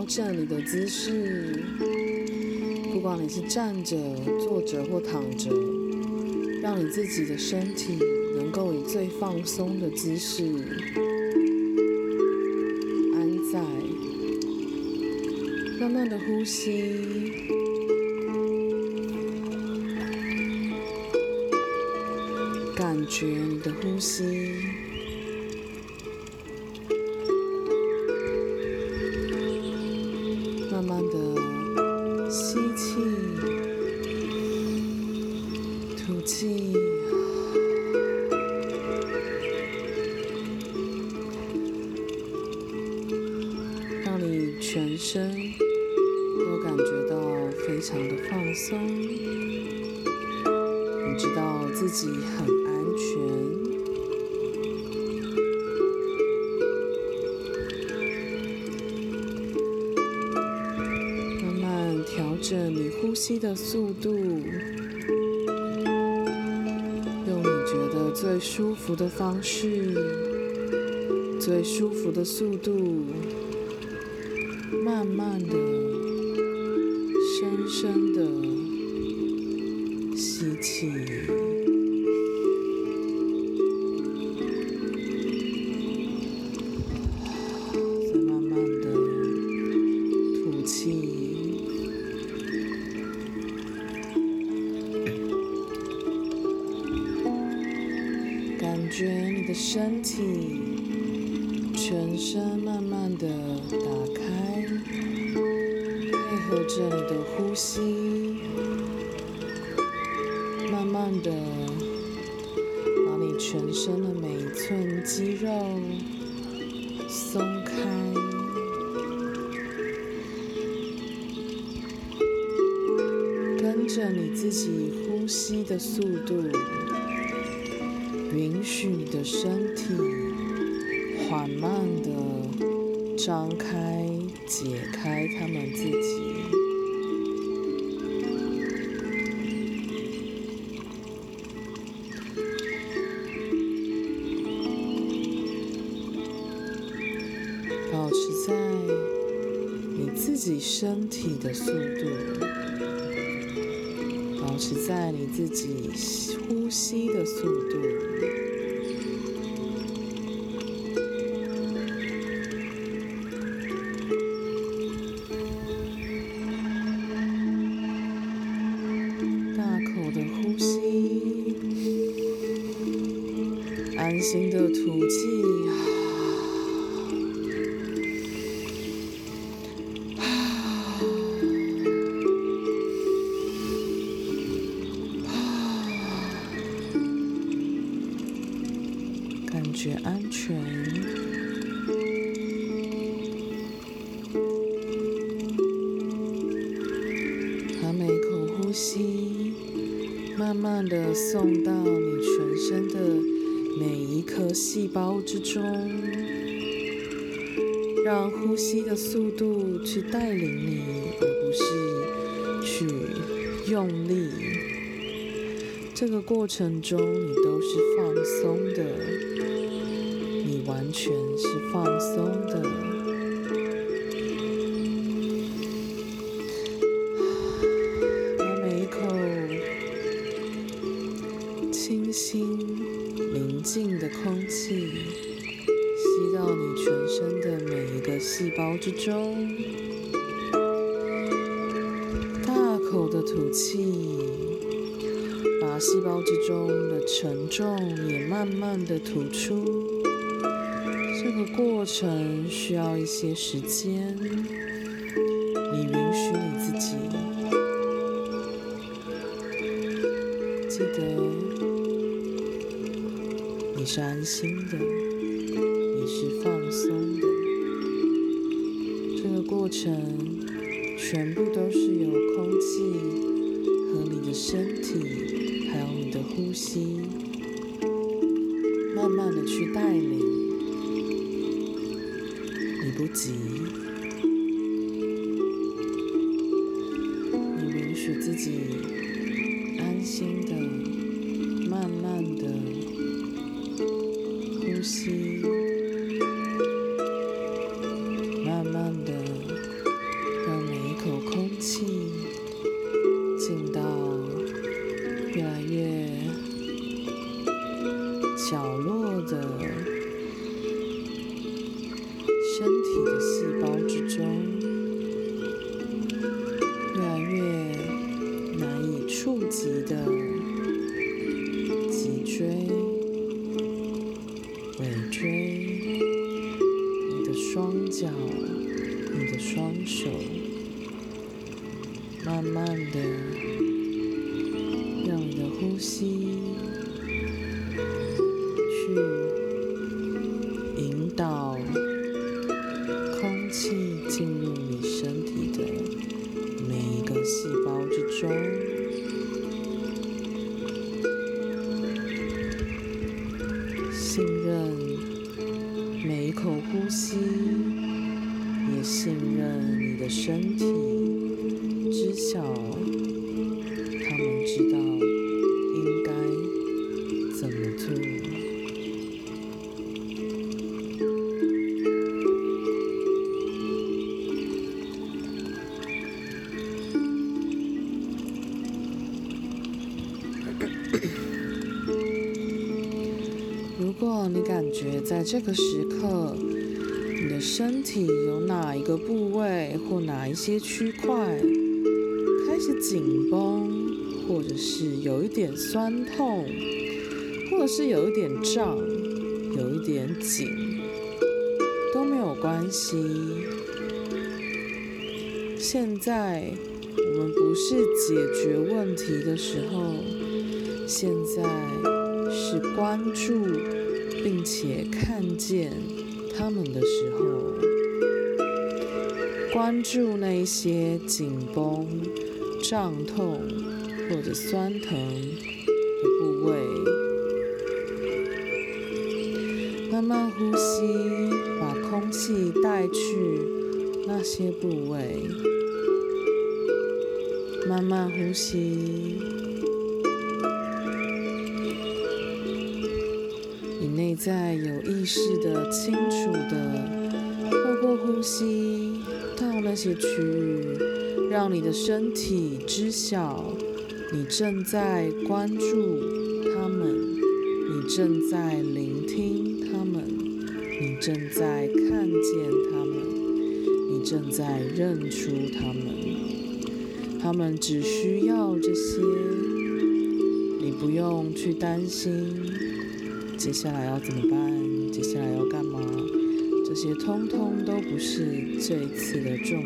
整你的姿势，不管你是站着、坐着或躺着，让你自己的身体能够以最放松的姿势安在，慢慢的呼吸，感觉你的呼吸。慢慢的吸气，吐气，让你全身都感觉到非常的放松。你知道自己很安全。调整你呼吸的速度，用你觉得最舒服的方式、最舒服的速度，慢慢的、深深的吸气，再慢慢的吐气。感觉你的身体、全身慢慢的打开，配合着你的呼吸，慢慢的把你全身的每一寸肌肉松开，跟着你自己呼吸的速度，允许你的身体缓慢地张开、解开它们自己。保持在你自己身体的速度，保持在你自己呼吸的速度。大口的呼吸，安心的吐气。感觉安全，把每口呼吸慢慢的送到你全身的每一颗细胞之中，让呼吸的速度去带领你，而不是去用力。这个过程中你都是放松的，你完全是放松的。把每一口清新宁静的空气吸到你全身的每一个细胞之中，大口的吐气，把细胞之中的沉重也慢慢的吐出。这个过程需要一些时间，你允许你自己，记得你是安心的，你是放松的。这个过程全部都是由空气和你的身体还有你的呼吸慢慢的去带领，你不急，你允许自己安心的慢慢的呼吸，慢慢的越来越角落的身体的细胞之中，越来越难以触及的脊椎、尾椎、你的双脚、你的双手，慢慢的让你的呼吸去引导空气进入你身体的每一个细胞之中，信任每一口呼吸，也信任你的身体，知晓他们知道应该怎么做。如果你感觉在这个时刻，你的身体有哪一个部位或哪一些区块开始紧绷，或者是有一点酸痛，或者是有一点胀，有一点紧，都没有关系。现在我们不是解决问题的时候，现在是关注并且看见他们的时候，关注那些紧绷、胀痛或者酸疼的部位，慢慢呼吸，把空气带去那些部位，慢慢呼吸。你内在有意识的、清楚的透过呼吸到那些区域，让你的身体知晓你正在关注他们，你正在聆听他们，你正在看见他们，你正在认出他们。他们只需要这些，你不用去担心接下来要怎么办，接下来要干嘛，这些通通都不是这一次的重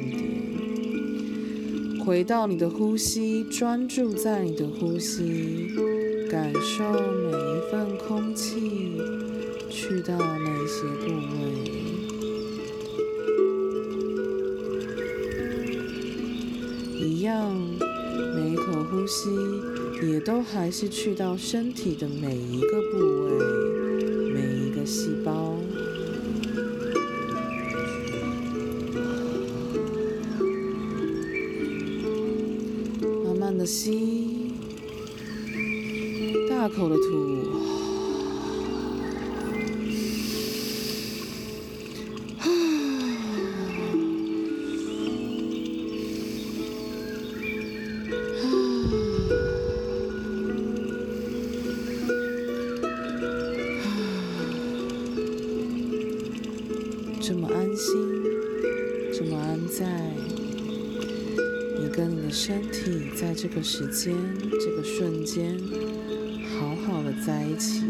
点。回到你的呼吸，专注在你的呼吸，感受每一份空气去到那些部位。一样，每一口呼吸也都还是去到身体的每一个部位，每一个细胞。慢慢的吸，大口的吐。这么安心，这么安在，你跟你的身体在这个时间、这个瞬间，好好的在一起。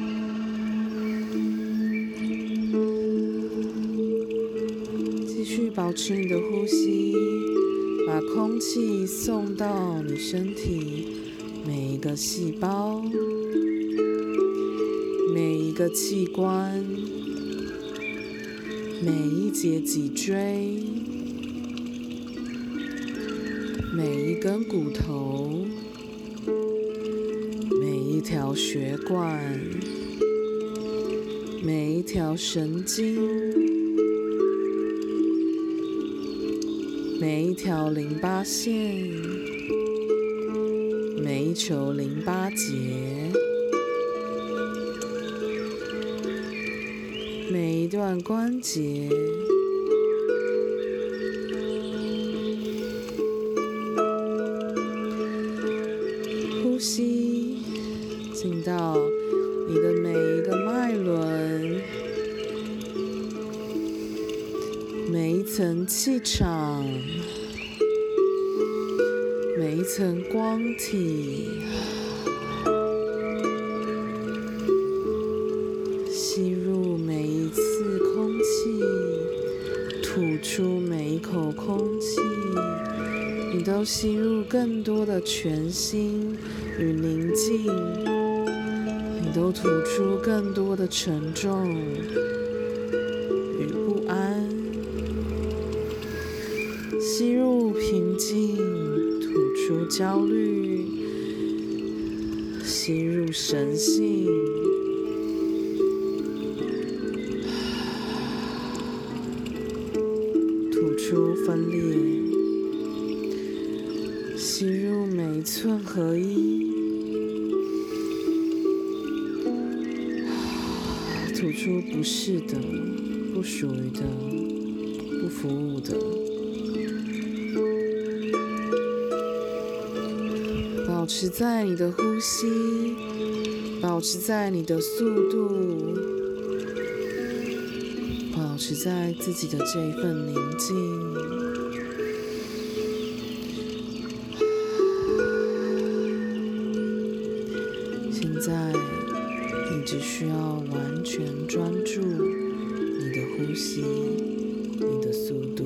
继续保持你的呼吸，把空气送到你身体每一个细胞、每一个器官。每一节脊椎，每一根骨头，每一条血管，每一条神经，每一条淋巴线，每一球淋巴结，每一段关节，呼吸， 进到你的每一个脉轮，每一层气场，每一层光体，吸入每一次空气，吐出每一口空气，你都吸入更多的全新与宁静，你都吐出更多的沉重与不安，吸入平静，吐出焦虑，吸入神性，吐出分裂，吸入每一寸合一，吐出不是的、不属于的、不服务的。保持在你的呼吸，保持在你的速度，保持在自己的这一份宁静。现在你只需要完全专注你的呼吸，你的速度。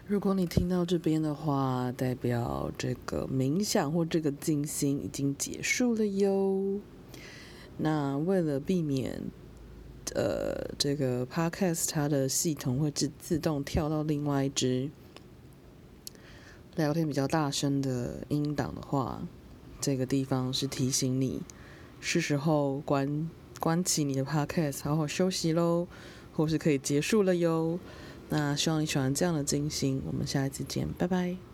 如果你听到这边的话，代表这个冥想或这个静心已经结束了哟。那为了避免这个 podcast 它的系统会自动跳到另外一支聊天比较大声的音档的话，这个地方是提醒你是时候关起你的 podcast 好好休息咯，或是可以结束了哟。那希望你喜欢这样的静心，我们下一次见，拜拜。